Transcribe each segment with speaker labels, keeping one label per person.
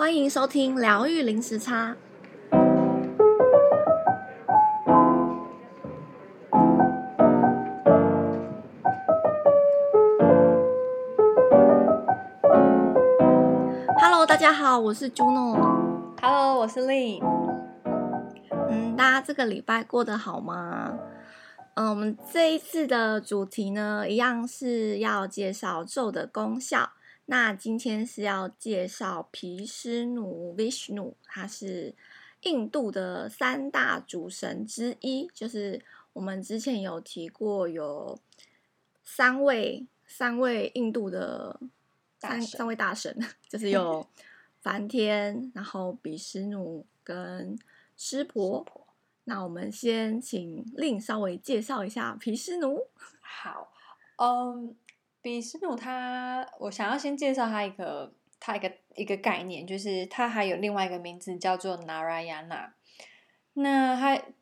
Speaker 1: 欢迎收听疗愈零时差。Hello， 大家好，我是
Speaker 2: Juno。Hello， 我是 Lin。
Speaker 1: 大家这个礼拜过得好吗？我们这一次的主题呢，一样是要介绍咒的功效。那今天是要介绍毗湿奴 Vishnu， 他是印度的三大主神之一，就是我们之前有提过，有三位印度的三位大神，就是有梵天，然后毗湿奴跟湿婆。那我们先请Lin稍微介绍一下毗湿奴。
Speaker 2: 好，毗湿奴我想要先介绍他一个概念，就是他还有另外一个名字叫做 Narayana。那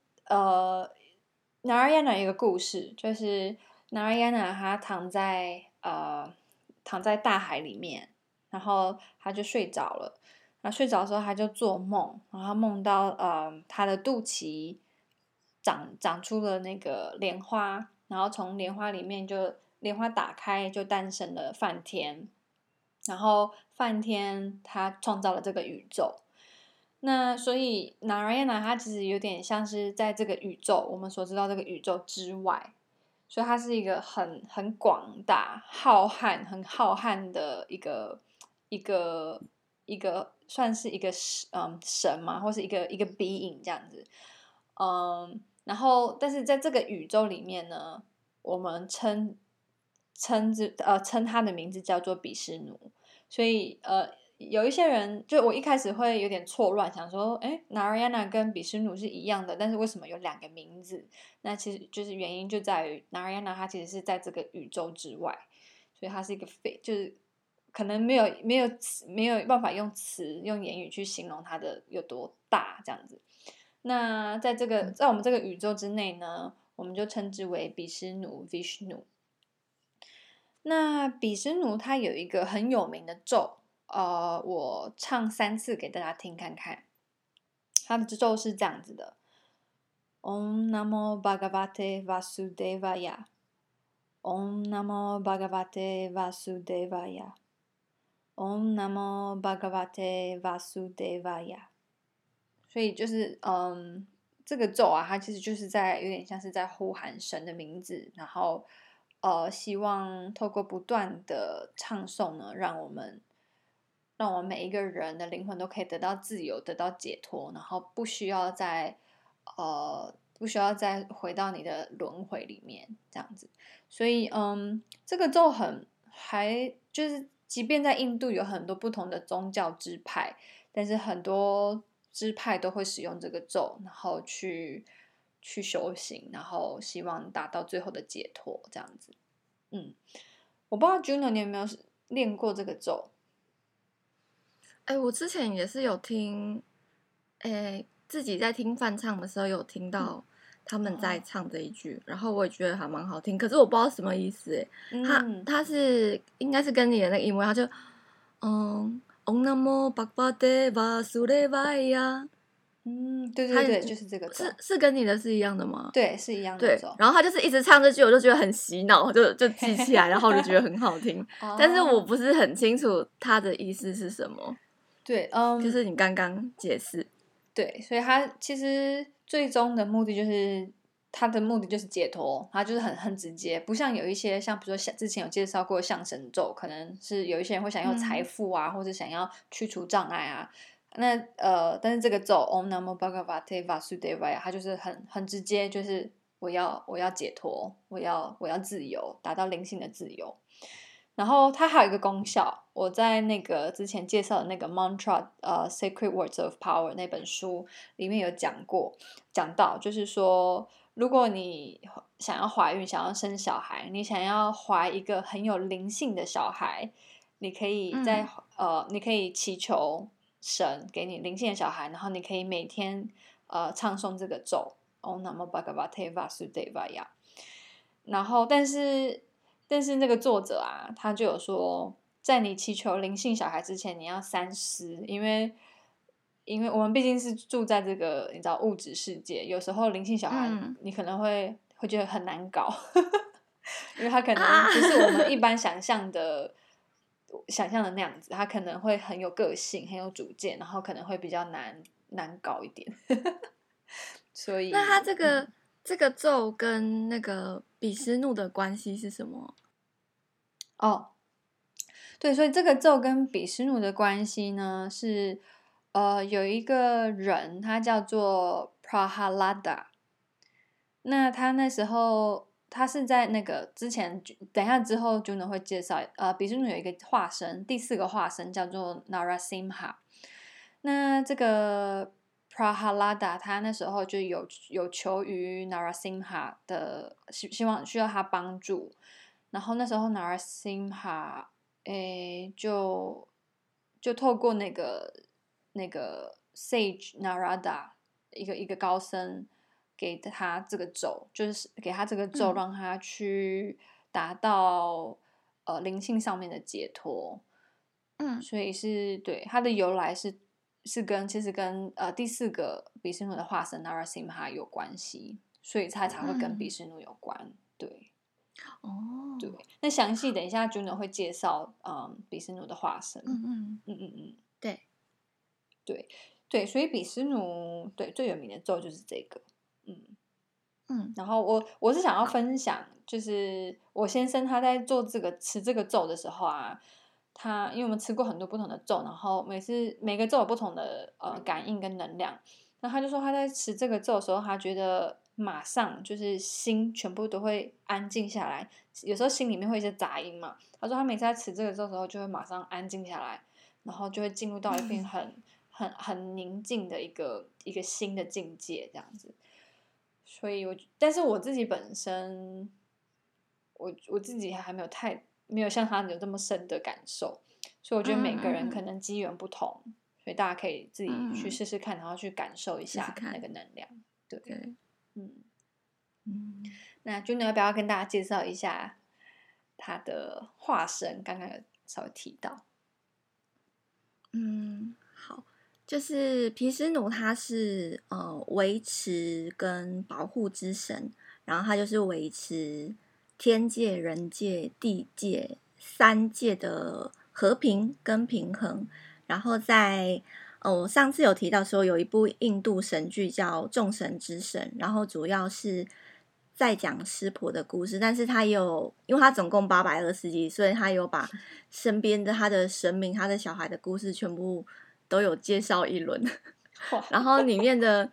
Speaker 2: Narayana 有一个故事，就是 Narayana 他躺在大海里面，然后他就睡着了。然后睡着的时候，他就做梦，然后他梦到他的肚脐长出了那个莲花，然后从莲花里面莲花打开，就诞生了梵天。然后梵天他创造了这个宇宙。那所以 Narayana 他其实有点像是在这个宇宙，我们所知道这个宇宙之外，所以它是一个很广大、很浩瀚的一个算是一个神嘛，或是一个 being 这样子。然后但是在这个宇宙里面呢，我们称他的名字叫做毗湿奴。所以有一些人，就我一开始会有点错乱，想说Narayana 跟毗湿奴是一样的，但是为什么有两个名字？那其实就是原因就在于 Narayana 他其实是在这个宇宙之外，所以他是一个就是可能没有办法用言语去形容它的有多大这样子。那在我们这个宇宙之内呢，我们就称之为毗湿奴 Vishnu。那毗湿奴他有一个很有名的咒，我唱3次给大家听看看。他的咒是这样子的 ：Om Namo Bhagavate Vasudevaya。Om Namo Bhagavate Vasudevaya。Om Namo Bhagavate Vasudevaya。所以就是这个咒啊，它其实就是有点像是在呼喊神的名字，然后希望透过不断的唱诵呢，让我们每一个人的灵魂都可以得到自由，得到解脱，然后不需要再回到你的轮回里面这样子。所以这个咒就是即便在印度有很多不同的宗教支派，但是很多支派都会使用这个咒，然后去修行，然后希望达到最后的解脱这样子。我不知道 Juno 你有没有练过这个咒？
Speaker 1: 我之前也是有听，自己在听翻唱的时候有听到他们在唱这一句，然后我也觉得还蛮好听，可是我不知道什么意思。他是应该是跟你的那个一模一样，就Om Namo Bhagavate Vasudevaya。
Speaker 2: 对对对，就是这个咒。
Speaker 1: 是跟你的是一样的吗？
Speaker 2: 对，是一样的咒。
Speaker 1: 然后他就是一直唱这句，我就觉得很洗脑，就记起来，然后我就觉得很好听。但是我不是很清楚他的意思是什么。
Speaker 2: 对，
Speaker 1: 就是你刚刚解释。
Speaker 2: 对，所以他其实最终的目的就是解脱，他就是很直接，不像有一些像比如说之前有介绍过象神咒，可能是有一些人会想要财富啊，或者想要去除障碍啊。那但是这个咒 Om Namo Bhagavate Vasudevaya， 它就是很直接，就是我要解脱，我要自由，达到灵性的自由。然后它还有一个功效，我在那个之前介绍的那个 Mantra Sacred Words of Power 那本书里面有讲到，就是说，如果你想要怀孕，想要生小孩，你想要怀一个很有灵性的小孩，你可以你可以祈求神给你灵性的小孩，然后你可以每天唱诵这个咒 Om Namo Bhagavate Vasudevaya。然后但是那个作者啊，他就有说， 在你祈求灵性小孩之前，你要三思，因为我们毕竟是住在这个你知道物质世界，有时候灵性小孩你可能会觉得很难搞，因为他可能不是我们一般想象的那样子，他可能会很有个性，很有主见，然后可能会比较难搞一点。所以
Speaker 1: 那他这个咒跟那个比斯怒的关系是什么？
Speaker 2: 哦，对，所以这个咒跟比斯怒的关系呢是，有一个人他叫做 Prahalada， 那他那时候他是在那个之前，等一下之后 Juno 会介绍，比斯怒有一个化身，第4个化身叫做 Narasimha， 那这个 Prahalada 他那时候就有求于 Narasimha 的希望需要他帮助，然后那时候 Narasimha 就透过那个 Sage Narada 一个高僧给他这个咒，就是给他这个咒，让他去达到灵性上面的解脱。所以是对它的由来其实跟第4个比斯努的化身 Narasimha 有关系，所以他才会跟比斯努有关。对。
Speaker 1: 哦，
Speaker 2: 对，那详细等一下 Juno 会介绍，比斯努的化身。
Speaker 1: 对
Speaker 2: 对，所以比斯努最有名的咒就是这个，然后我是想要分享，就是我先生他在做持这个咒的时候啊，因为我们吃过很多不同的咒，然后每个咒有不同的感应跟能量，那他就说他在持这个咒的时候，他觉得马上就是心全部都会安静下来，有时候心里面会有一些杂音嘛，他说他每次在持这个咒的时候，就会马上安静下来，然后就会进入到一片很宁静的一个新的境界这样子。所以但是我自己本身，我自己还没有像他有这么深的感受，所以我觉得每个人可能机缘不同，所以大家可以自己去试试看，然后去感受一下那个能量。对，那 Juno 要不要跟大家介绍一下他的化身？刚刚有稍微提到。
Speaker 1: 好，就是毗湿奴他是维持跟保护之神，然后他就是维持天界、人界、地界3界的和平跟平衡。然后我上次有提到说有一部印度神剧叫《众神之神》，然后主要是在讲湿婆的故事，但是他因为他总共820集，所以他有把身边的他的神明、他的小孩的故事全部都有介绍一轮。然后里面的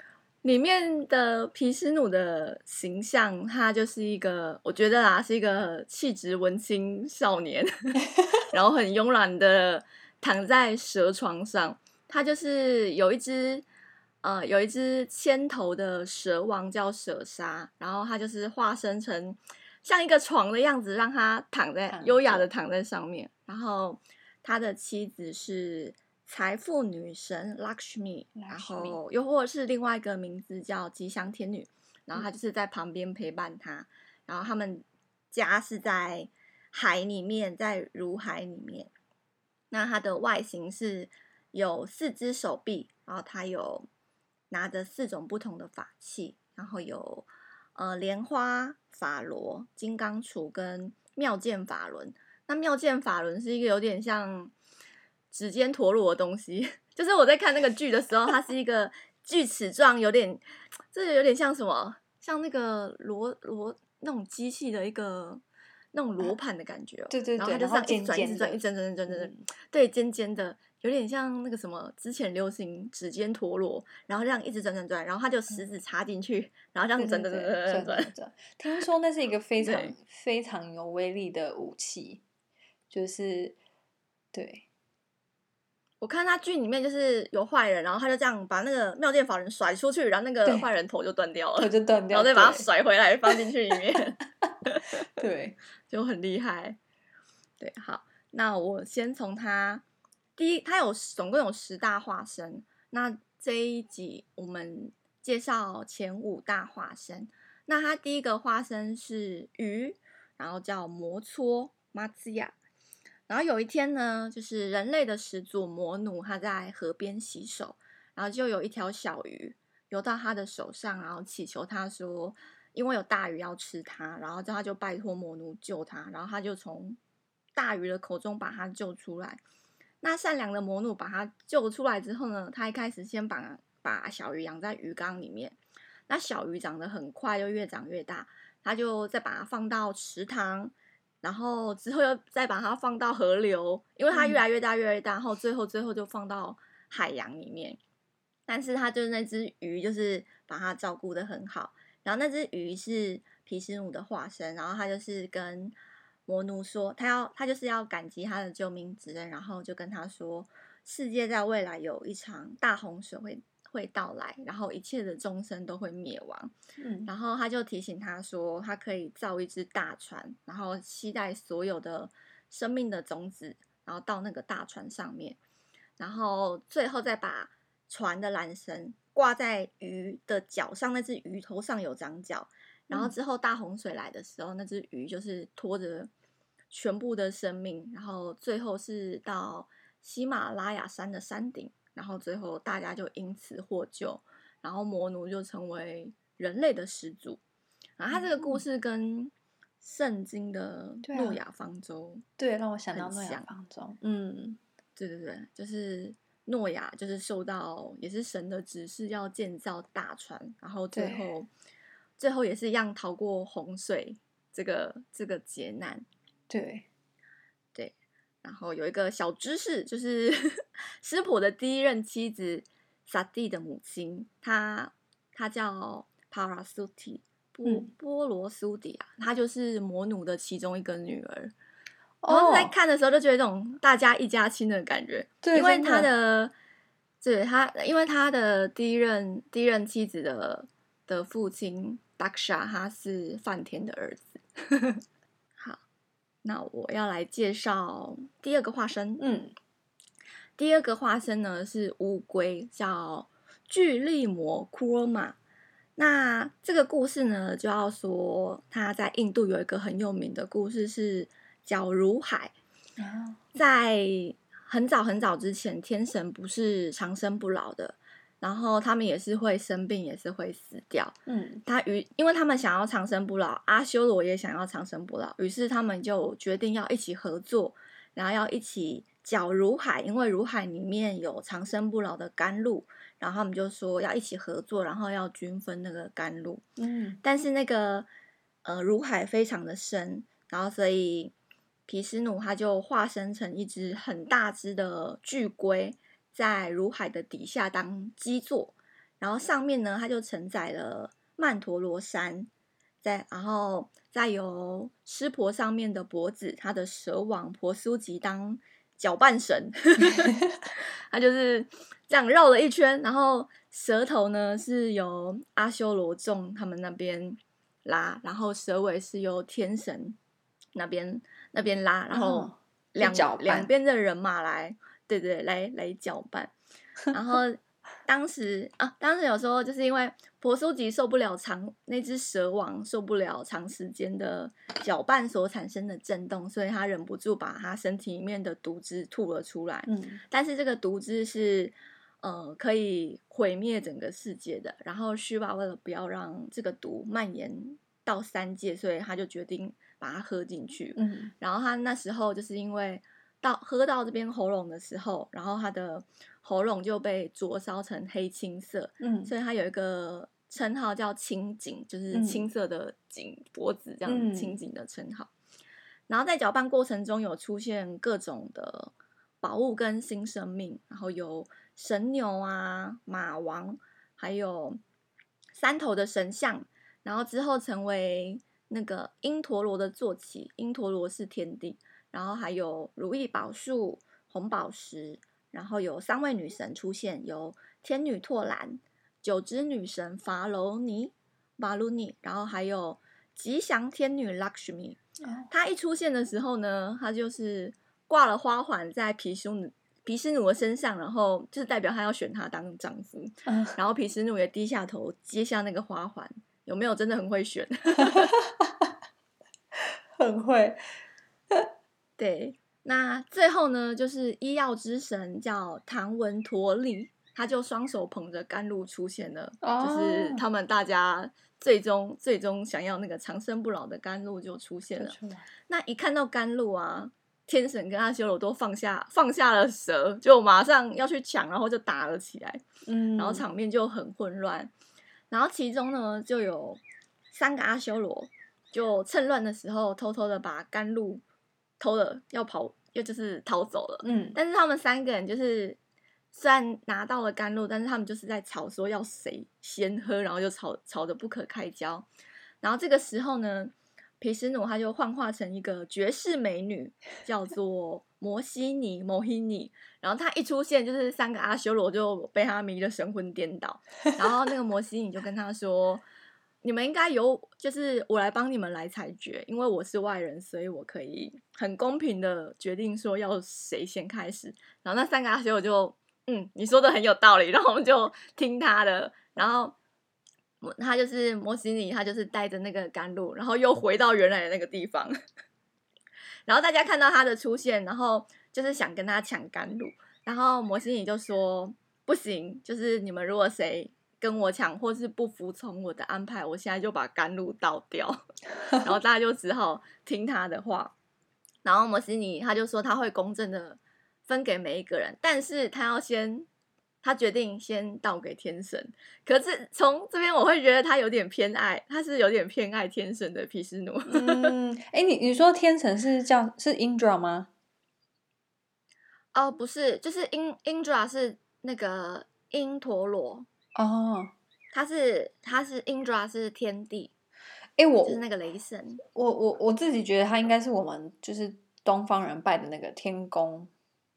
Speaker 1: 毗湿奴的形象，他就是我觉得啦，是一个气质文青少年，然后很慵懒的躺在蛇床上。他就是有一只牵头的蛇王叫蛇沙，然后他就是化身成像一个床的样子，让他优雅的躺在上面。然后他的妻子是财富女神 Lakshmi， 然后又或者是另外一个名字叫吉祥天女，然后他就是在旁边陪伴他。然后他们家是在海里面，在乳海里面。那他的外形是有4只手臂，然后他有拿着4种不同的法器，然后有莲花法螺、金刚杵跟妙剑法轮。那妙剑法轮是一个有点像指尖陀螺的东西，就是我在看那个剧的时候，它是一个锯齿状，这有点像什么？像那个螺那种机器的一个那种罗盘的感觉。
Speaker 2: 对，
Speaker 1: 然后它就这样一直转一直转，一直转，对，尖尖的，有点像那个什么之前流行指尖陀螺，然后这样一直转，然后它就食指插进去，然后这样转。
Speaker 2: 听说那是一个非常非常有威力的武器，就是对。
Speaker 1: 我看他剧里面就是有坏人，然后他就这样把那个妙剑法轮甩出去，然后那个坏人头就断掉了，然后再把它甩回来放进去里面。
Speaker 2: 对，
Speaker 1: 就很厉害。对，好，那我先从他总共有10大化身，那这一集我们介绍前5大化身。那他第一个化身是鱼，然后叫摩搓马兹亚。 然后有一天呢，就是人类的始祖魔奴他在河边洗手，然后就有一条小鱼游到他的手上，然后祈求他说，因为有大鱼要吃他，然后他就拜托魔奴救他，然后他就从大鱼的口中把他救出来。那善良的魔奴把他救出来之后呢，他一开始先把小鱼养在鱼缸里面，那小鱼长得很快，就越长越大，他就再把它放到池塘。然后之后又再把它放到河流，因为它越来越大越来越大，然后最后就放到海洋里面。但是它就是那只鱼，就是把它照顾得很好。然后那只鱼是毗湿奴的化身，然后他就是跟魔奴说，他就是要感激他的救命之恩，然后就跟他说，世界在未来有一场大洪水会到来，然后一切的众生都会灭亡。然后他就提醒他说，他可以造一只大船，然后携带所有的生命的种子，然后到那个大船上面，然后最后再把船的缆绳挂在鱼的脚上，那只鱼头上有长角，然后之后大洪水来的时候，那只鱼就是拖着全部的生命，然后最后是到喜马拉雅山的山顶，然后最后大家就因此获救，然后魔奴就成为人类的始祖。然后他这个故事跟圣经的诺亚方舟
Speaker 2: 对，让我想到诺亚方舟。
Speaker 1: 对对对，就是诺亚就是受到也是神的指示要建造大船，然后最后也是一样逃过洪水这个劫难。
Speaker 2: 对。
Speaker 1: 然后有一个小知识，就是湿婆的第一任妻子萨蒂的母亲，她叫帕拉苏提波罗苏迪啊，她就是魔奴的其中一个女儿。然后在看的时候就觉得这种大家一家亲的感觉，
Speaker 2: 对，
Speaker 1: 因为因为他的第一任妻子的父亲 Daksha 他是梵天的儿子。好，那我要来介绍第二个化身。第二个化身呢是乌龟，叫巨力魔库罗玛。那这个故事呢，就要说他在印度有一个很有名的故事是角如海。在很早很早之前，天神不是长生不老的，然后他们也是会生病，也是会死掉。因为他们想要长生不老，阿修罗也想要长生不老，于是他们就决定要一起合作，然后要一起搅如海，因为如海里面有长生不老的甘露，然后他们就说要一起合作，然后要均分那个甘露。但是那个如海非常的深，然后所以毗湿奴他就化身成一只很大只的巨龟，在如海的底下当基座，然后上面呢他就承载了曼陀罗山，然后再由湿婆上面的脖子，他的蛇王婆苏吉当搅拌神。他就是这样绕了一圈，然后舌头呢是由阿修罗众他们那边拉，然后蛇尾是由天神那边拉，然后两边的人马来搅拌。然后当时有时候就是因为婆苏吉受不了那只蛇王受不了长时间的搅拌所产生的震动，所以他忍不住把他身体里面的毒汁吐了出来。但是这个毒汁是可以毁灭整个世界的。然后须巴为了不要让这个毒蔓延到3界，所以他就决定把它喝进去。然后他那时候就是因为喝到这边喉咙的时候，然后他的喉咙就被灼烧成黑青色。所以他有一个称号叫青颈，就是青色的颈脖子这样青颈的称号。然后在搅拌过程中有出现各种的宝物跟新生命，然后有神牛啊、马王，还有3头的神像，然后之后成为那个因陀罗的坐骑，因陀罗是天帝，然后还有如意宝树、红宝石，然后有3位女神出现，有天女拓兰、9只女神法鲁尼，然后还有吉祥天女 Lakshmi。她一出现的时候呢，她就是挂了花环在毗湿奴的身上，然后就是代表她要选他当丈夫。然后毗湿奴也低下头接下那个花环。有没有真的很会选？
Speaker 2: 很会。
Speaker 1: 对， 那最后呢，就是医药之神叫唐文陀利，他就双手捧着甘露出现了，就是他们大家最终想要那个长生不老的甘露就出现了。那一看到甘露啊，天神跟阿修罗都放下了蛇，就马上要去抢，然后就打了起来，然后场面就很混乱。然后其中呢，就有3个阿修罗，就趁乱的时候偷偷的把甘露偷了，要跑，就是逃走了。但是他们3个人就是虽然拿到了甘露，但是他们就是在吵说要谁先喝，然后就吵得不可开交。然后这个时候呢，毗湿奴他就幻化成一个绝世美女，叫做摩西尼 Mohini， 然后他一出现，就是3个阿修罗就被他迷得神魂颠倒。然后那个摩西尼就跟他说：“你们应该由就是我来帮你们来裁决，因为我是外人，所以我可以很公平的决定说要谁先开始。”然后那3个阿修罗就你说的很有道理，然后我们就听他的。然后他就是摩西尼，他就是带着那个甘露，然后又回到原来的那个地方。然后大家看到他的出现，然后就是想跟他抢甘露，然后摩西尼就说不行，就是你们如果谁跟我抢或是不服从我的安排，我现在就把甘露倒掉。然后大家就只好听他的话。然后摩西尼他就说他会公正的分给每一个人，但是他决定先倒给天神。可是从这边我会觉得他有点偏爱，他是有点偏爱天神的毗湿奴。
Speaker 2: 你说天神是Indra 吗？
Speaker 1: 哦，不是，就是Indra 是那个因陀罗
Speaker 2: 哦，
Speaker 1: 他是 Indra 是天帝，就是那个雷神。
Speaker 2: 我自己觉得他应该是我们就是东方人拜的那个天公。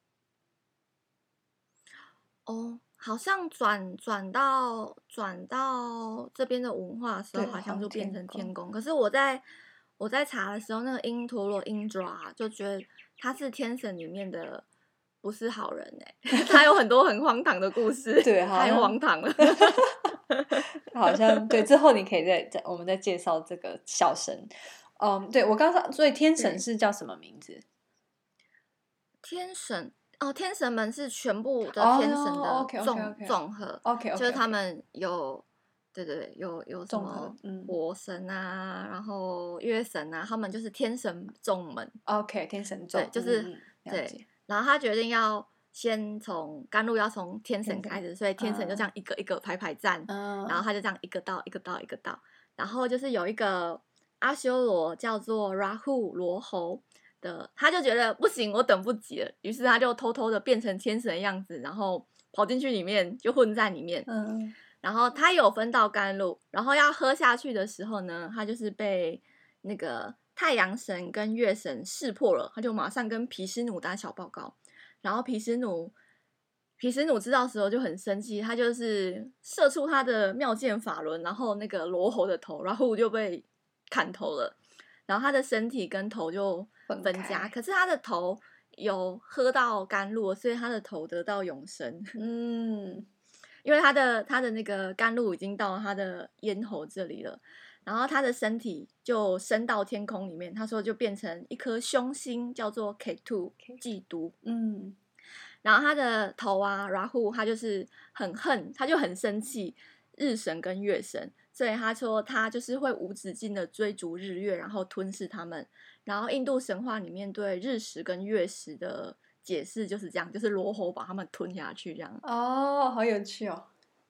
Speaker 1: 哦，好像转到这边的文化的时候，好像就变成天公。可是我在查的时候，那个因陀罗 Indra 就觉得他是天神里面的不是好人他有很多很荒唐的故事，
Speaker 2: 对，
Speaker 1: 太荒唐了。
Speaker 2: 好像对，之后你可以我们再介绍这个小神。对，我刚刚所以天神是叫什么名字？
Speaker 1: 天神们是全部的天神的总和。就是他们有有什么火神啊，然后月神啊，他们就是天神众们。
Speaker 2: 天神众，
Speaker 1: 对，就是对。然后他决定要先从甘露要从天神开始，所以天神就这样一个一个排站，然后他就这样一个到一个到一个到，然后就是有一个阿修罗叫做 Rahu 罗喉的，他就觉得不行，我等不及了，于是他就偷偷的变成天神的样子，然后跑进去里面就混在里面。然后他有分到甘露，然后要喝下去的时候呢，他就是被那个太阳神跟月神识破了，他就马上跟毗湿奴打小报告。然后毗湿奴知道的时候就很生气，他就是射出他的妙剑法轮，然后那个罗喉的头，然后就被砍头了，然后他的身体跟头就分家，可是他的头有喝到甘露，所以他的头得到永生。因为他的那个甘露已经到他的咽喉这里了，然后他的身体就升到天空里面，他说就变成一颗凶星，叫做 Ketu 嫉妒。然后他的头啊 Rahu 他就是很恨，他就很生气日神跟月神，所以他说他就是会无止境的追逐日月，然后吞噬他们。然后印度神话里面对日食跟月食的解释就是这样，就是罗喉把他们吞下去这样。
Speaker 2: 好有趣哦。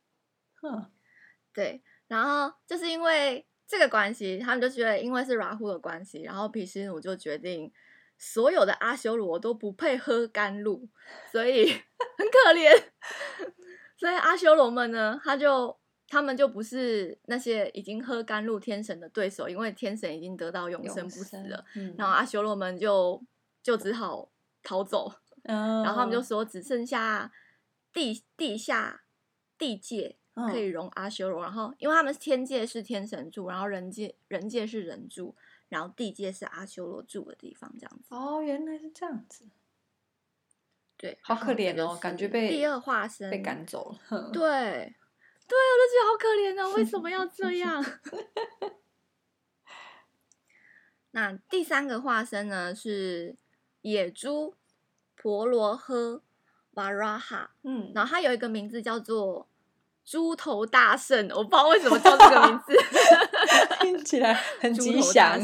Speaker 1: 对，然后就是因为这个关系，他们就觉得因为是 Rahu 的关系，然后毗湿奴就决定所有的阿修罗都不配喝甘露，所以很可怜。所以阿修罗们呢，他们就不是那些已经喝甘露天神的对手，因为天神已经得到永生不死了。然后阿修罗们就只好逃走。然后他们就说只剩下地下地界可以容阿修罗，然后因为他们天界是天神住，然后人界是人住，然后地界是阿修罗住的地方，这样子。
Speaker 2: 原来是这样子。
Speaker 1: 对，
Speaker 2: 好可怜哦，感觉被
Speaker 1: 第二化身
Speaker 2: 被赶走了。
Speaker 1: 对，我就觉得好可怜哦，为什么要这样？那第3个化身呢是野猪婆罗呵瓦拉哈，然后他有一个名字叫做猪头大圣，我不知道为什么叫这个名字，
Speaker 2: 听起来很吉祥。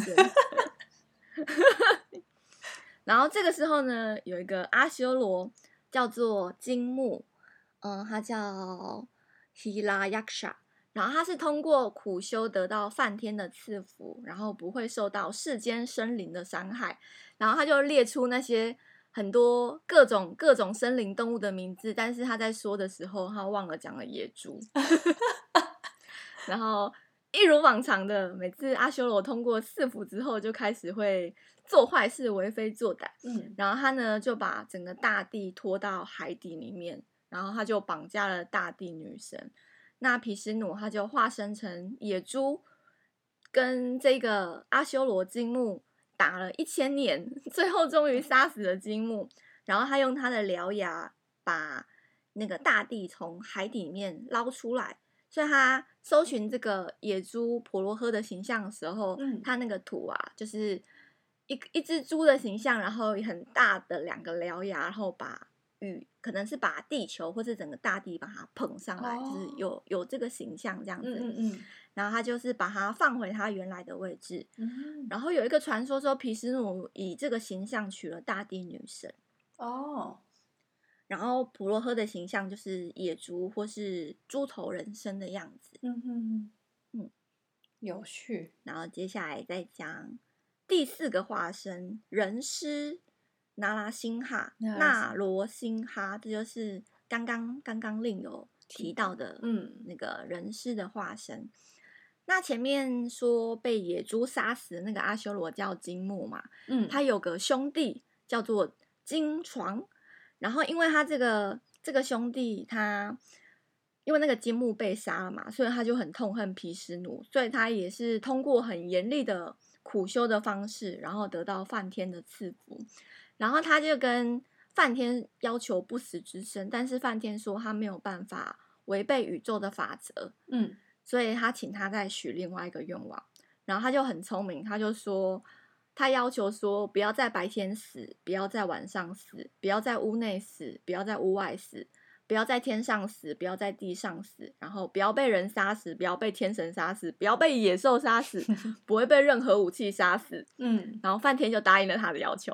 Speaker 1: 然后这个时候呢，有一个阿修罗叫做金木，他叫希拉亚克沙，然后他是通过苦修得到梵天的赐福，然后不会受到世间生灵的伤害，然后他就列出那些很多各种生灵动物的名字，但是他在说的时候，他忘了讲了野猪，然后一如往常的，每次阿修罗通过赐福之后，就开始会做坏事、为非作歹。然后他呢就把整个大地拖到海底里面，然后他就绑架了大地女神。那毗湿奴他就化身成野猪，跟这个阿修罗金木打了1000年，最后终于杀死了金木。然后他用他的獠牙把那个大地从海底里面捞出来。所以他搜寻这个野猪婆罗呵的形象的时候，他那个图啊，就是一只猪的形象，然后很大的2个獠牙，然后可能是把地球或是整个大地把它捧上来，就是有这个形象这样子。然后他就是把它放回它原来的位置。然后有一个传说说，毗湿奴以这个形象娶了大地女神。然后婆罗呵的形象就是野猪或是猪头人身的样子。
Speaker 2: 有趣。
Speaker 1: 然后接下来再讲第4个化身人狮那拉辛哈那罗辛哈，这就是刚刚令有提到的那个人狮的化身。那前面说被野猪杀死的那个阿修罗叫金木嘛，他有个兄弟叫做金床。然后因为他这个兄弟他因为那个金木被杀了嘛，所以他就很痛恨毗湿奴，所以他也是通过很严厉的苦修的方式，然后得到梵天的赐福。然后他就跟梵天要求不死之身，但是梵天说他没有办法违背宇宙的法则，所以他请他再许另外一个愿望。然后他就很聪明，他就说他要求说不要在白天死，不要在晚上死，不要在屋内死，不要在屋外死，不要在天上死，不要在地上死，然后不要被人杀死，不要被天神杀死，不要被野兽杀死，不会被任何武器杀死。然后梵天就答应了他的要求。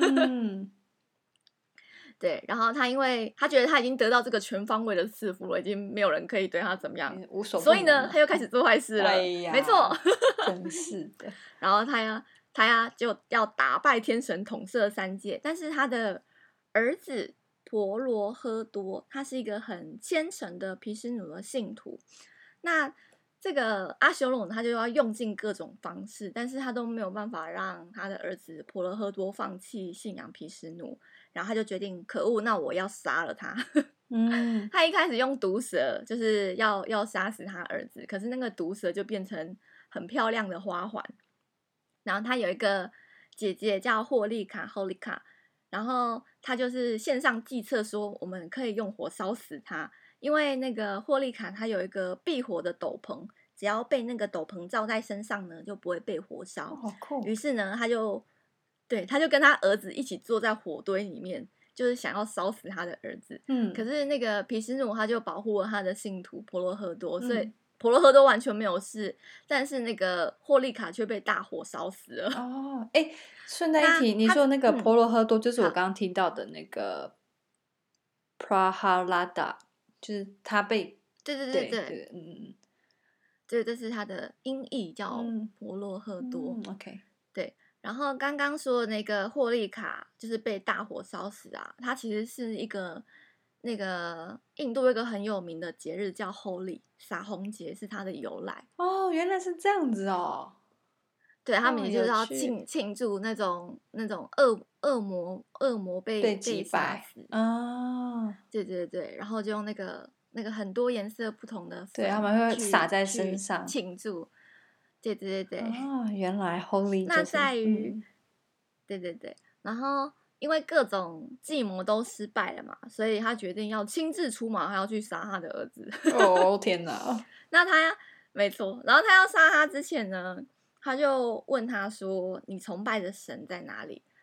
Speaker 1: 对，然后他因为他觉得他已经得到这个全方位的赐福了，已经没有人可以对他怎么样，所以呢他又开始做坏事了。没错，
Speaker 2: 真是的。
Speaker 1: 然后他就要打败天神，统摄3界，但是他的儿子婆罗呵多，他是一个很虔诚的毗湿奴的信徒。那这个阿修罗他就要用尽各种方式，但是他都没有办法让他的儿子婆罗呵多放弃信仰毗湿奴。然后他就决定，可恶，那我要杀了他。他一开始用毒蛇，就是要杀死他儿子，可是那个毒蛇就变成很漂亮的花环。然后他有一个姐姐叫霍利卡 Holika， 然后他就是线上计策说我们可以用火烧死他，因为那个霍利卡他有一个避火的斗篷，只要被那个斗篷罩在身上呢，就不会被火烧。
Speaker 2: 好酷。
Speaker 1: 于是呢他就跟他儿子一起坐在火堆里面，就是想要烧死他的儿子。可是那个毗湿奴他就保护了他的信徒婆罗呵多，所以婆罗呵多完全没有事，但是那个霍利卡却被大火烧死了。
Speaker 2: 顺带一提，你说那个婆罗呵多就是我刚刚听到的那个 Prahalada， 就是他被
Speaker 1: 对，这是他的音译叫婆罗呵多。
Speaker 2: OK，
Speaker 1: 对。然后刚刚说的那个霍利卡就是被大火烧死啊，它其实是一个那个印度一个很有名的节日叫 Holi， 洒红节是它的由来。
Speaker 2: 原来是这样子哦。
Speaker 1: 对，他们也就是要庆祝那种恶魔被杀死
Speaker 2: 啊。
Speaker 1: 对，然后就用那个很多颜色不同的粉，
Speaker 2: 对，他们会洒在身上
Speaker 1: 庆祝。对，
Speaker 2: 原来 Holy
Speaker 1: 那在于对，然后因为各种计谋都失败了嘛，所以他决定要亲自出马，他要去杀他的儿子。
Speaker 2: 天哪！
Speaker 1: 那没错，然后他要杀他之前呢，他就问他说：“你崇拜的神在哪里？”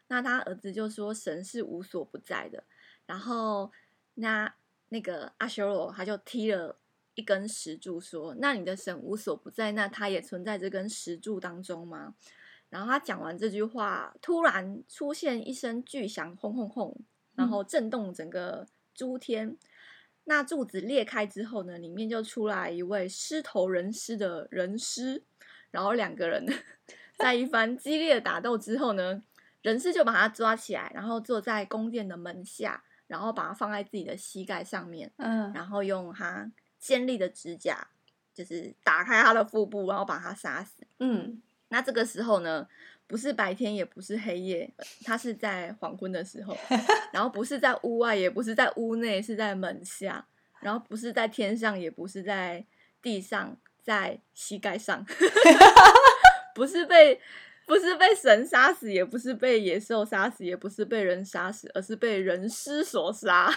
Speaker 1: 那他儿子就说神是无所不在的，然后那个阿修罗他就踢了一根石柱说，那你的神无所不在，那他也存在这根石柱当中吗？然后他讲完这句话，突然出现一声巨响，轰轰轰，然后震动整个诸天。那柱子裂开之后呢，里面就出来一位狮头人狮的人狮，然后两个人在一番激烈的打斗之后呢，人狮就把他抓起来，然后坐在宫殿的门下，然后把他放在自己的膝盖上面，然后用他尖利的指甲，就是打开他的腹部，然后把他杀死。那这个时候呢，不是白天，也不是黑夜，它是在黄昏的时候，然后不是在屋外，也不是在屋内，是在门下，然后不是在天上，也不是在地上，在膝盖上，不是被神杀死，也不是被野兽杀死，也不是被人杀死，而是被人狮所杀。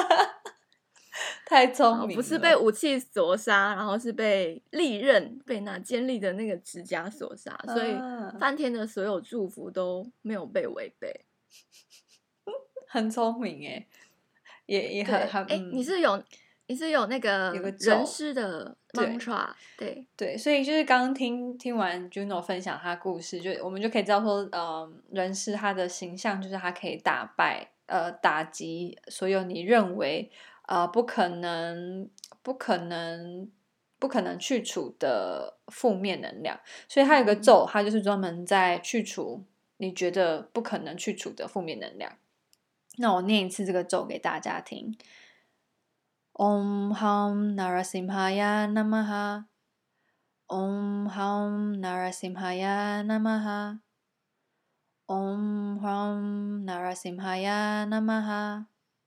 Speaker 2: 太聪明了，
Speaker 1: 不是被武器所杀，然后是被利刃，被那尖利的那个指甲所杀，所以梵天的所有祝福都没有被违背。
Speaker 2: 很聪明耶，也很
Speaker 1: 你是有那个人狮的 mantra， 对，
Speaker 2: 所以就是刚刚听完 Juno 分享他的故事，就我们就可以知道说，人狮他的形象就是他可以打击所有你认为不可能去除的负面能量，所以他有个咒，他就是专门在去除你觉得不可能去除的负面能量。那我念一次这个咒给大家听。Om Ham Narasimhaya Namaha Om Ham Narasimhaya Namaha Om Ham Narasimhaya Namaha。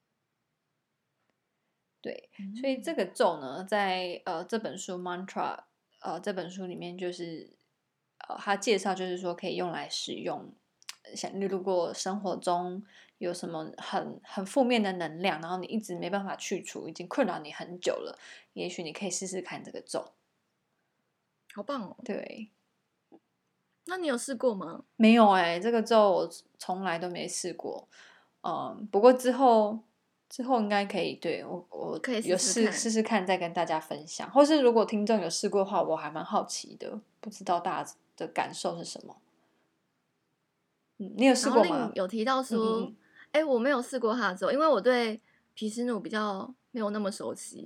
Speaker 2: 对，所以这个咒呢，在这本书 Mantra 这本书里面，就是它介绍就是说可以用来使用，像你如果生活中有什么很负面的能量，然后你一直没办法去除，已经困扰你很久了，也许你可以试试看这个咒。
Speaker 1: 好棒哦！
Speaker 2: 对，
Speaker 1: 那你有试过吗？
Speaker 2: 没有这个咒我从来都没试过。不过之后应该可以，对，我
Speaker 1: 可以
Speaker 2: 有试试看，再跟大家分享。或是如果听众有试过的话，我还蛮好奇的，不知道大家的感受是什么。你有试过吗？
Speaker 1: 有提到说，我没有试过他的咒，因为我对毗湿奴比较没有那么熟悉。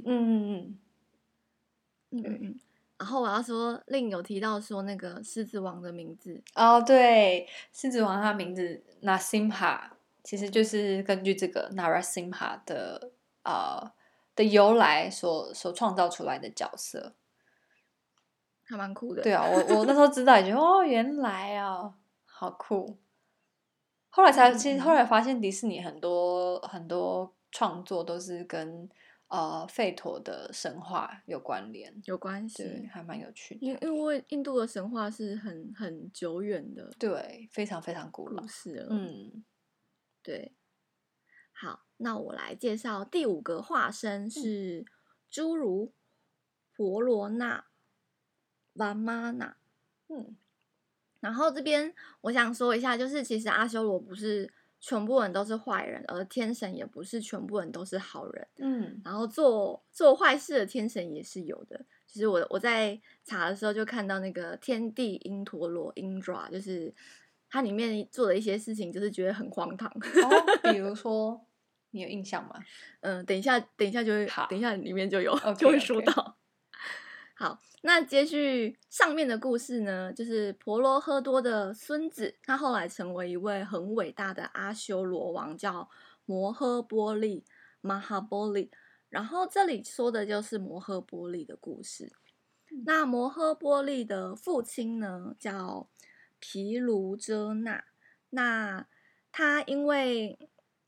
Speaker 1: 然后我要说，令有提到说那个狮子王的名字。
Speaker 2: 对，狮子王他名字 Narasimha 其实就是根据这个 Narasimha 的由来所创造出来的角色，
Speaker 1: 还蛮酷的。
Speaker 2: 对啊，我那时候知道也觉得原来好酷。后来其实后来发现迪士尼很多创作都是跟吠陀的神话有关联，
Speaker 1: 有关系，
Speaker 2: 对，还蛮有趣的。
Speaker 1: 因为印度的神话是很久远的，
Speaker 2: 对，非常非常古老
Speaker 1: 故事了。对。好，那我来介绍第5个化身是侏儒婆罗那Vamana。然后这边我想说一下，就是其实阿修罗不是全部人都是坏人，而天神也不是全部人都是好人。然后做坏事的天神也是有的。其实我在查的时候就看到那个天帝因陀罗 Indra， 就是它里面做的一些事情，就是觉得很荒唐。
Speaker 2: 比如说你有印象吗？
Speaker 1: 等一下就会，等一下里面就有
Speaker 2: 就
Speaker 1: 会说到。好，那接续上面的故事呢，就是婆罗诃多的孙子，他后来成为一位很伟大的阿修罗王，叫摩诃波利 Mahabali。然后这里说的就是摩诃波利的故事。那摩诃波利的父亲呢，叫毗卢遮那。那他因为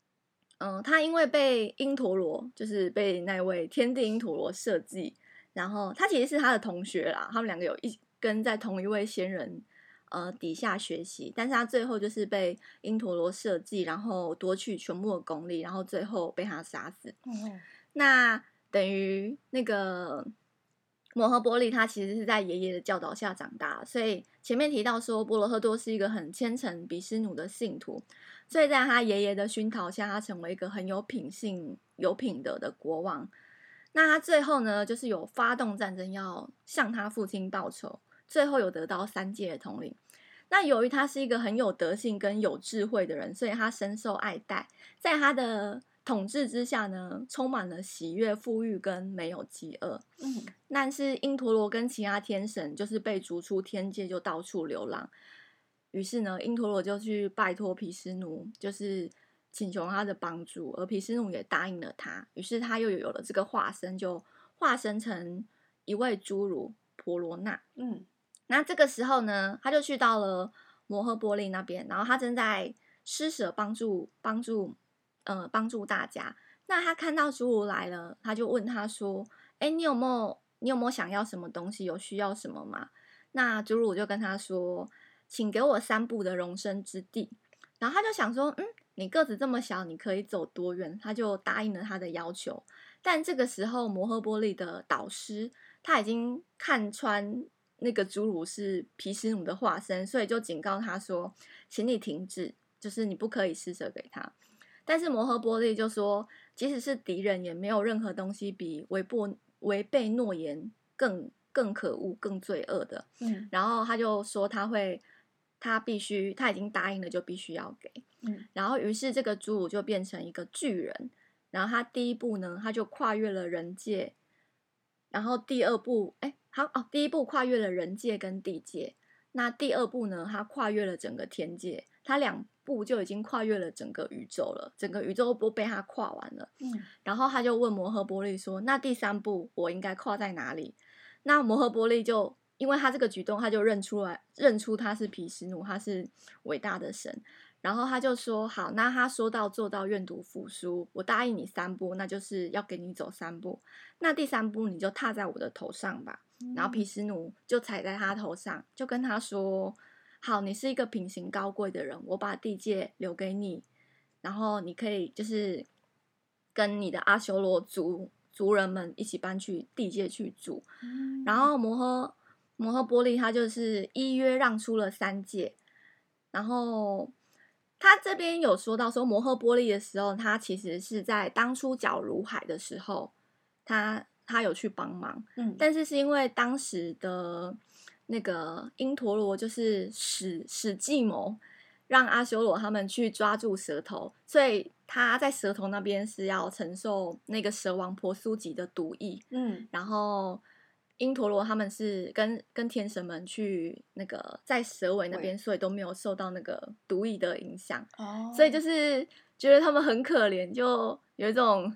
Speaker 1: 被因陀罗，就是被那位天帝因陀罗设计，然后他其实是他的同学啦，他们2个有跟在同一位仙人底下学习，但是他最后就是被因陀罗设计，然后夺取全部的功力，然后最后被他杀死。那等于那个摩诃波利他其实是在爷爷的教导下长大，所以前面提到说波罗赫多是一个很虔诚比湿奴的信徒，所以在他爷爷的熏陶下，他成为一个很有品性、有品德的国王。那他最后呢，就是有发动战争要向他父亲报仇，最后有得到3届的统领。那由于他是一个很有德性跟有智慧的人，所以他深受爱戴，在他的统治之下呢，充满了喜悦、富裕跟没有饥饿。但是因陀罗跟其他天神就是被逐出天界，就到处流浪。于是呢，因陀罗就去拜托毗湿奴，就是请求他的帮助，而毗湿奴也答应了他。于是他又有了这个化身，就化身成一位侏儒婆罗那。那这个时候呢，他就去到了摩诃波利那边，然后他正在施舍帮助大家。那他看到侏儒来了，他就问他说：“哎，你有没有想要什么东西？有需要什么吗？”那侏儒就跟他说：“请给我3步的容身之地。”然后他就想说：“你个子这么小，你可以走多远？”他就答应了他的要求。但这个时候，摩诃波利的导师他已经看穿那个侏儒是毗湿奴的化身，所以就警告他说：“请你停止，就是你不可以施舍给他。”但是摩诃波利就说，即使是敌人，也没有任何东西比违背诺言更可恶、更罪恶的。然后他就说他已经答应了，就必须要给。然后于是这个侏儒就变成一个巨人。然后他第一步呢，他就跨越了人界。然后第一步跨越了人界跟地界。那第2步呢，他跨越了整个天界。他2步就已经跨越了整个宇宙了，整个宇宙都被他跨完了。然后他就问摩诃波利说：“那第3步我应该跨在哪里？”那摩诃波利就因为他这个举动，他就认出他是毗湿奴，他是伟大的神。然后他就说：“好，那他说到做到，愿赌服输。我答应你3步，那就是要给你走3步。那第3步你就踏在我的头上吧。”然后毗湿奴就踩在他头上，就跟他说：“好，你是一个品行高贵的人，我把地界留给你，然后你可以就是跟你的阿修罗族人们一起搬去地界去住。”然后摩诃波利他就是依约让出了3界。然后他这边有说到说摩诃波利的时候，他其实是在当初角如海的时候，他有去帮忙。但是因为当时的那个因陀罗就是使计谋，让阿修罗他们去抓住蛇头，所以他在蛇头那边是要承受那个蛇王婆苏吉的毒液。然后因陀罗他们是跟天神们去那个在蛇尾那边，所以都没有受到那个毒液的影响。所以就是觉得他们很可怜，就有一种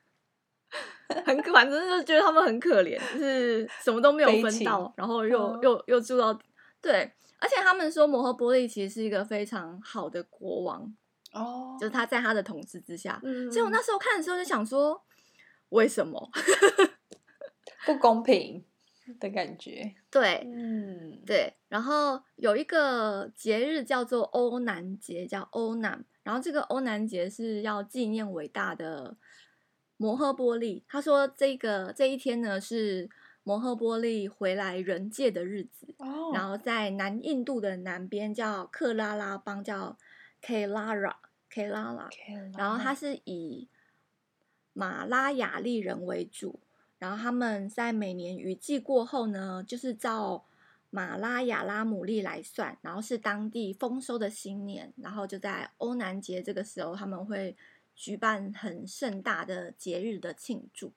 Speaker 1: 反正就觉得他们很可怜，就是什么都没有分到，然后又住到对。而且他们说摩诃波利其实是一个非常好的国王。就是他在他的统治之下。所以我那时候看的时候就想说，为什么
Speaker 2: 不公平的感觉？
Speaker 1: 对，对。然后有一个节日叫做欧南节，叫欧南。然后这个欧南节是要纪念伟大的摩诃波利。他说这一天呢是摩诃波利回来人界的日子。然后在南印度的南边叫克拉拉邦，叫 Kerala。然后他是以马拉雅利人为主。然后他们在每年雨季过后呢，就是照马拉雅拉姆历来算，然后是当地丰收的新年。然后就在欧南节这个时候，他们会举办很盛大的节日的庆祝。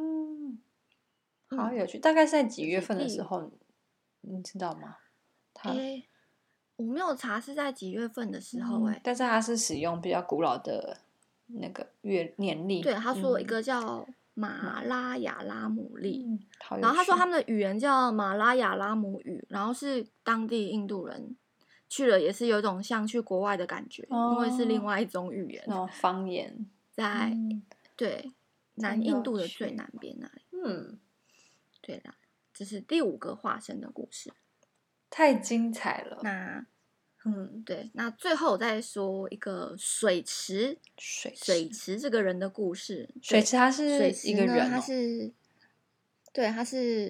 Speaker 2: 好有趣。大概是在几月份的时候，你知道吗？
Speaker 1: 我没有查是在几月份的时候。
Speaker 2: 但是它是使用比较古老的那个年历。
Speaker 1: 对，他说一个叫马拉雅拉姆历。
Speaker 2: 然
Speaker 1: 后他说他们的语言叫马拉雅拉姆语，然后是当地印度人去了也是有一种像去国外的感觉。因为是另外一种语言，
Speaker 2: 方言，
Speaker 1: 在对南印度的最南边那里。对啦，这是第5个化身的故事，
Speaker 2: 太精彩了。
Speaker 1: 那对，那最后我再说一个水池这个人的故事。
Speaker 2: 水池他是一个人。
Speaker 1: 他是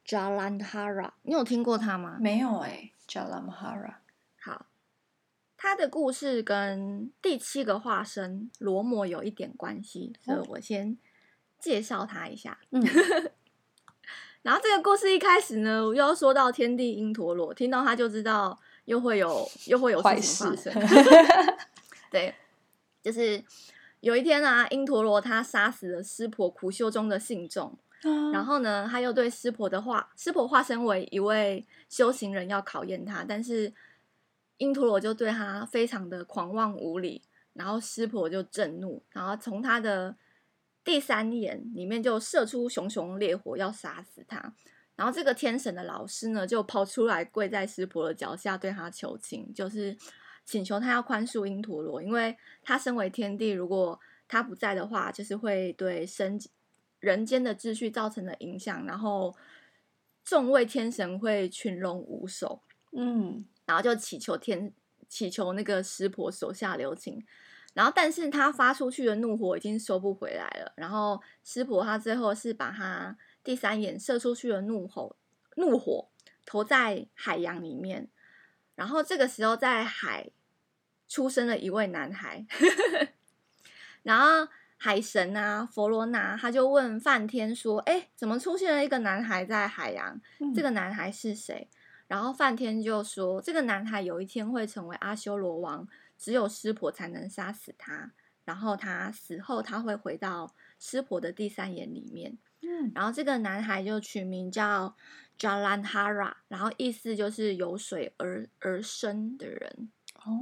Speaker 1: Jalandhara， 你有听过他吗？
Speaker 2: 没有Jalandhara。
Speaker 1: 好，他的故事跟第7个化身罗摩有一点关系，所以我先介绍他一下。然后这个故事一开始呢，又要说到天帝因陀罗，听到他就知道又会有事情发生。对，就是有一天啊，因陀罗他杀死了湿婆苦修中的信众，然后呢，他又对湿婆化身为一位修行人要考验他，但是因陀罗就对他非常的狂妄无礼，然后湿婆就震怒，然后从他的第3眼里面就射出熊熊烈火要杀死他，然后这个天神的老师呢就跑出来跪在湿婆的脚下对他求情，就是请求他要宽恕因陀罗，因为他身为天帝，如果他不在的话，就是会对人间的秩序造成的影响，然后众位天神会群龙无首，然后就祈求那个湿婆手下留情，然后但是他发出去的怒火已经收不回来了，然后湿婆他最后是把他第3眼射出去的怒火投在海洋里面，然后这个时候在海出生了一位男孩然后海神啊佛罗拿他就问梵天说，怎么出现了一个男孩在海洋，这个男孩是谁？然后梵天就说，这个男孩有一天会成为阿修罗王，只有湿婆才能杀死他，然后他死后他会回到湿婆的第3眼里面，然后这个男孩就取名叫 Jalandhara， 然后意思就是有水而生的人。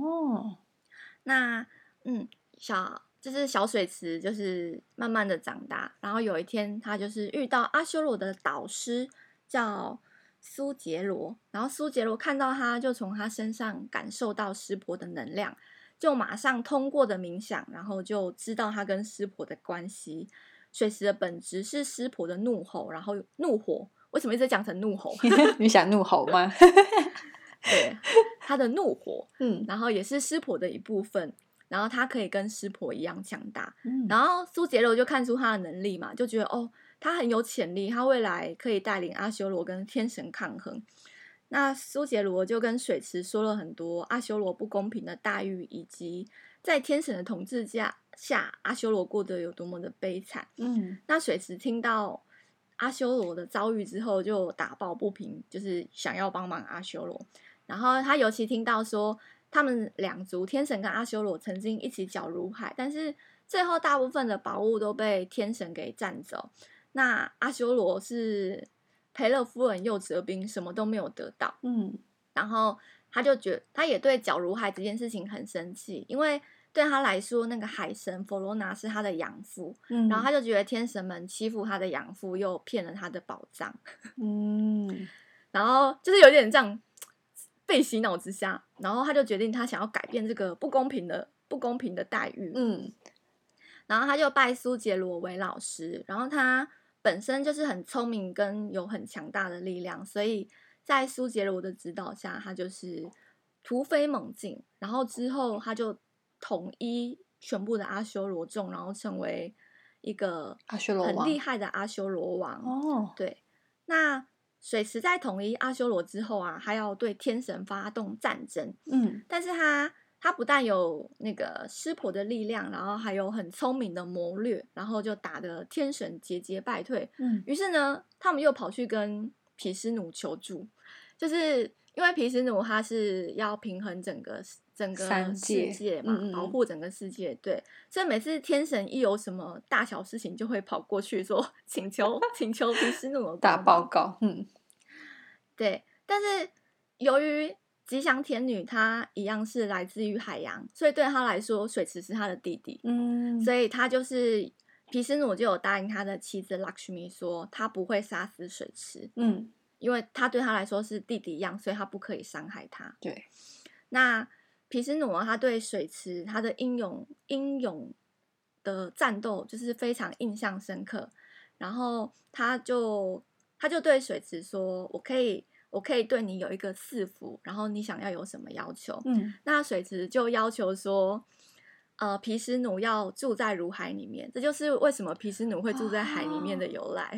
Speaker 1: 那就是小水池就是慢慢的长大，然后有一天他就是遇到阿修罗的导师叫苏杰罗，然后苏杰罗看到他就从他身上感受到湿婆的能量，就马上通过的冥想，然后就知道他跟湿婆的关系。水池的本质是湿婆的怒吼，然后怒火为什么一直讲成怒吼
Speaker 2: 你想怒吼吗？
Speaker 1: 对，他的怒火然后也是湿婆的一部分，然后他可以跟湿婆一样强大，然后苏杰罗就看出他的能力嘛，就觉得他很有潜力，他未来可以带领阿修罗跟天神抗衡。那苏杰罗就跟水池说了很多阿修罗不公平的待遇，以及在天神的统治下阿修罗过得有多么的悲惨。那水池听到阿修罗的遭遇之后就打抱不平，就是想要帮忙阿修罗，然后他尤其听到说他们2族天神跟阿修罗曾经一起搅入海，但是最后大部分的宝物都被天神给占走，那阿修罗是赔了夫人又折兵，什么都没有得到。然后他就觉得他也对搅入海这件事情很生气，因为对他来说那个海神佛罗拿是他的养父，然后他就觉得天神们欺负他的养父，又骗了他的宝藏然后就是有点这样被洗脑之下，然后他就决定他想要改变这个不公平的待遇然后他就拜苏杰罗为老师，然后他本身就是很聪明跟有很强大的力量，所以在苏杰罗的指导下，他就是突飞猛进，然后之后他就统一全部的阿修罗众，然后成为一个很厉害的阿修罗王。对，那水池在统一阿修罗之后啊，他要对天神发动战争但是他不但有那个湿婆的力量，然后还有很聪明的谋略，然后就打得天神节节败退于是呢他们又跑去跟毗湿奴求助，就是因为毗湿奴他是要平衡整个世界嘛，保护整个世界，对，所以每次天神一有什么大小事情就会跑过去说请求毗湿奴的
Speaker 2: 打报告
Speaker 1: 对，但是由于吉祥天女她一样是来自于海洋，所以对她来说水池是她的弟弟所以她就是毗湿奴就有答应他的妻子 Lakshmi 说他不会杀死水池因为他对他来说是弟弟一样，所以他不可以伤害他。
Speaker 2: 对，
Speaker 1: 那毗湿奴他对水池他的英勇的战斗就是非常印象深刻，然后他就对水池说我可以对你有一个赐福，然后你想要有什么要求那水池就要求说毗湿奴要住在乳海里面，这就是为什么毗湿奴会住在海里面的由来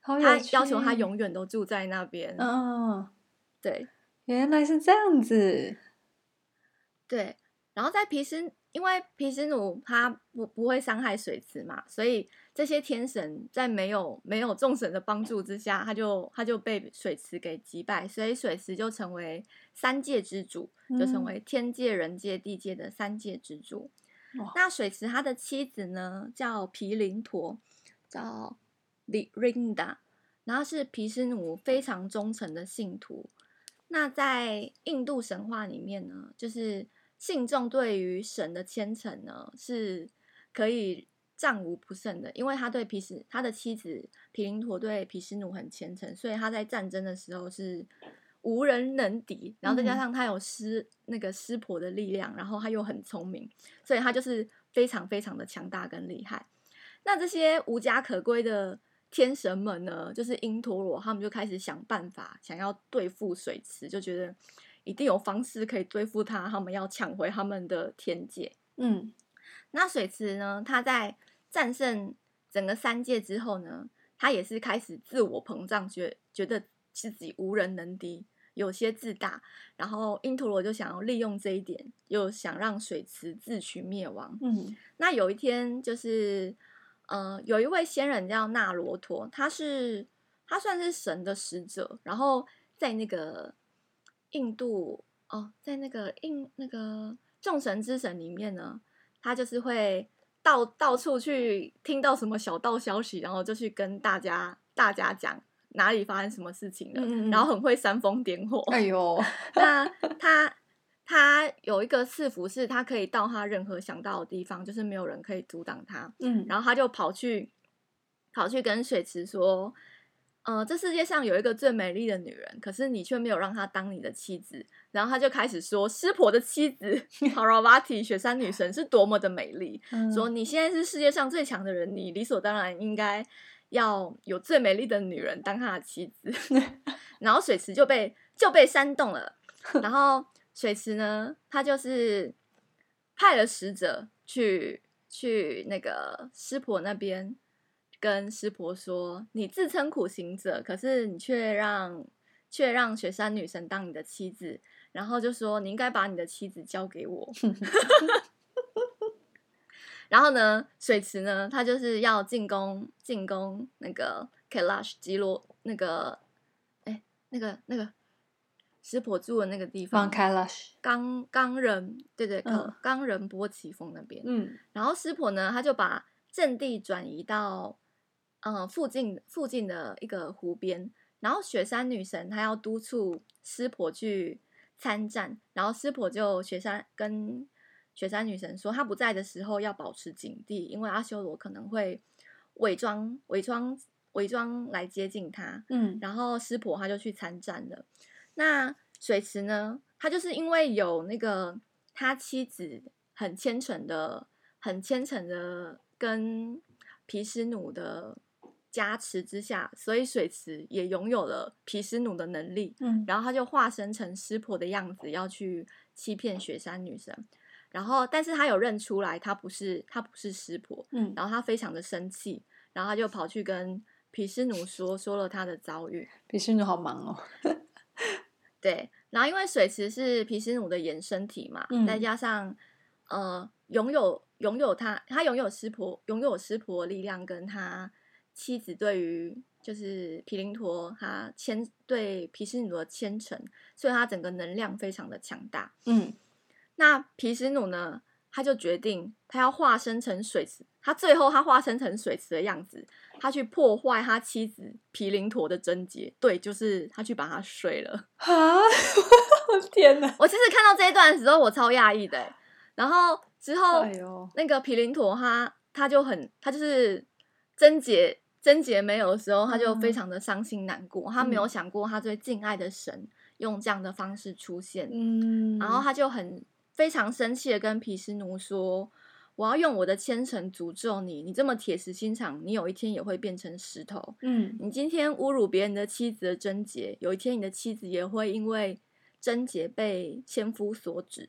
Speaker 1: 他
Speaker 2: 好有趣，
Speaker 1: 要求他永远都住在那边。对，
Speaker 2: 原来是这样子。
Speaker 1: 对，然后因为毗湿奴他不会伤害水池嘛，所以这些天神在没有众神的帮助之下，他就被水池给击败，所以水池就成为三界之主，就成为天界、人界、地界的三界之主。那水池他的妻子呢叫毗陵陀，叫 Rinda， 然后是毗湿奴非常忠诚的信徒。那在印度神话里面呢，就是信众对于神的虔诚呢是可以战无不胜的，因为他的妻子毗陵陀对毗湿奴很虔诚，所以他在战争的时候是无人能敌。然后再加上他有那个湿婆的力量，然后他又很聪明，所以他就是非常非常的强大跟厉害。那这些无家可归的天神们呢，就是因陀罗，他们就开始想办法，想要对付水池，就觉得一定有方式可以对付他，他们要抢回他们的天界。那水池呢，他在战胜整个三界之后呢，他也是开始自我膨胀，觉得自己无人能敌，有些自大。然后因陀罗就想要利用这一点，又想让水池自取灭亡。那有一天就是有一位仙人叫那罗陀，他算是神的使者，然后在那个印度在那个众神之神里面呢，他就是会到处去听到什么小道消息，然后就去跟大家讲哪里发生什么事情了，然后很会煽风点火。
Speaker 2: 哎呦，
Speaker 1: 那他有一个赐福，是他可以到他任何想到的地方，就是没有人可以阻挡他。然后他就跑去跟水池说，这世界上有一个最美丽的女人，可是你却没有让她当你的妻子。然后他就开始说，湿婆的妻子Parvati 雪山女神是多么的美丽，说你现在是世界上最强的人，你理所当然应该要有最美丽的女人当她的妻子。然后水池就被煽动了，然后水池呢，他就是派了使者去那个湿婆那边，跟湿婆说，你自称苦行者，可是你却让雪山女神当你的妻子，然后就说你应该把你的妻子交给我。然后呢，水池呢，他就是要进攻那个 Kailash 基罗那个湿婆住的那个地方
Speaker 2: Kailash
Speaker 1: 冈仁，对，冈仁波齐峰那边。然后湿婆呢，他就把阵地转移到附近的一个湖边，然后雪山女神她要督促湿婆去参战，然后湿婆就跟雪山女神说，她不在的时候要保持警惕，因为阿修罗可能会伪装来接近他。然后湿婆他就去参战了。那水池呢，他就是因为有那个他妻子很虔诚的跟毗湿奴的加持之下，所以水池也拥有了毗湿奴的能力。然后他就化身成湿婆的样子，要去欺骗雪山女神。然后但是他有认出来他不是湿婆。然后他非常的生气，然后他就跑去跟毗湿奴说了他的遭遇。
Speaker 2: 毗湿奴好忙哦。
Speaker 1: 对，然后因为水池是毗湿奴的衍生体嘛，再加上拥有他拥有湿婆的力量，跟他妻子对于就是毗陵陀他对毗湿奴的虔诚，所以他整个能量非常的强大。那毗湿奴呢，他就决定他要化身成水池，最后他化身成水池的样子，他去破坏他妻子毗陵陀的贞洁。对，就是他去把他睡了。
Speaker 2: 天哪！
Speaker 1: 我其实看到这一段的时候，我超讶异的。然后之后，那个毗陵陀他就是贞洁没有的时候，他就非常的伤心难过。他没有想过他最敬爱的神用这样的方式出现。然后他就非常生气的跟毗湿奴说，我要用我的虔诚诅咒你，你这么铁石心肠，你有一天也会变成石头。你今天侮辱别人的妻子的贞洁，有一天你的妻子也会因为贞洁被千夫所指。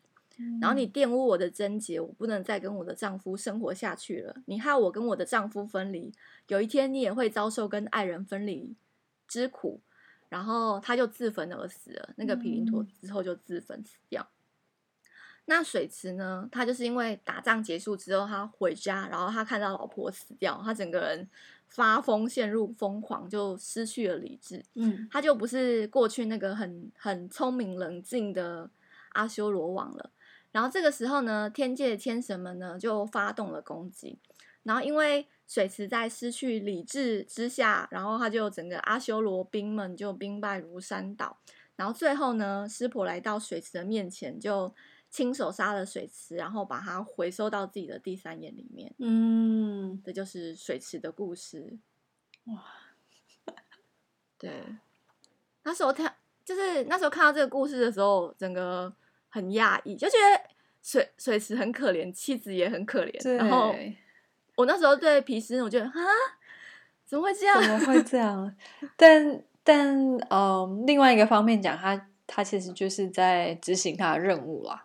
Speaker 1: 然后你玷污我的贞洁，我不能再跟我的丈夫生活下去了。你害我跟我的丈夫分离，有一天你也会遭受跟爱人分离之苦。然后他就自焚而死了，那个毗邻陀之后就自焚死掉。那水池呢，他就是因为打仗结束之后他回家，然后他看到老婆死掉，他整个人发疯，陷入疯狂，就失去了理智。他就不是过去那个很聪明冷静的阿修罗王了。然后这个时候呢，天界的天神们呢就发动了攻击。然后因为水池在失去理智之下，然后他就整个阿修罗兵们就兵败如山倒。然后最后呢，湿婆来到水池的面前，就亲手杀了水池，然后把它回收到自己的第三眼里面。这就是水池的故事。哇，对，那时候看到这个故事的时候，整个很讶异，就觉得水池很可怜，妻子也很可怜。然后我那时候对毗湿奴觉得啊，怎么会这样？
Speaker 2: 怎么会这样？但另外一个方面讲，他其实就是在执行他的任务啦。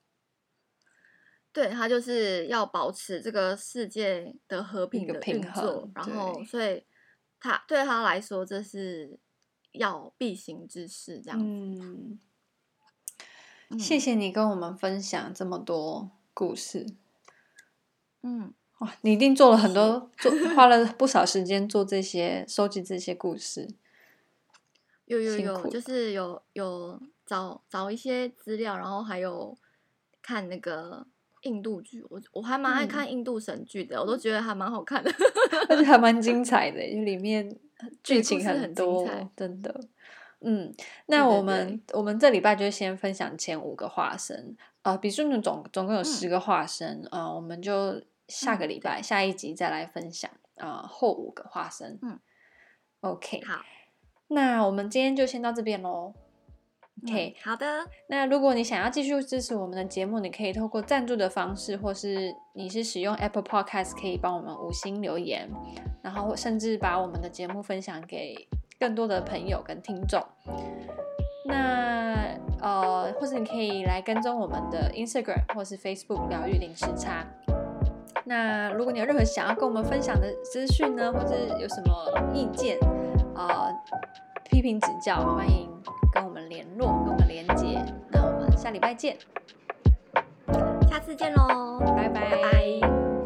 Speaker 1: 对，他就是要保持这个世界的和平的运作，然后所以对他来说，这是要必行之事，这样子。
Speaker 2: 谢谢你跟我们分享这么多故事。哇，你一定做了很多，花了不少时间做这些，收集这些故事。
Speaker 1: 有，就是有找一些资料，然后还有看那个印度剧，我还蛮爱看印度神剧的，我都觉得还蛮好看的，
Speaker 2: 而且还蛮精彩的，就里面剧情很多，真的。那我们这礼拜就先分享前5个化身，毗湿奴总共有10个化身，我们就下个礼拜下一集再来分享后5个化身。OK，
Speaker 1: 好，
Speaker 2: 那我们今天就先到这边咯。OK，
Speaker 1: 好的。
Speaker 2: 那如果你想要继续支持我们的节目，你可以透过赞助的方式，或是你是使用 Apple Podcast 可以帮我们5星留言，然后甚至把我们的节目分享给更多的朋友跟听众。那或是你可以来跟踪我们的 Instagram 或是 Facebook 疗愈零时差。那如果你有任何想要跟我们分享的资讯呢，或者有什么意见批评指教，欢迎跟我们联络，跟我们连结。那我们下礼拜见，
Speaker 1: 下次见咯，
Speaker 2: 拜拜。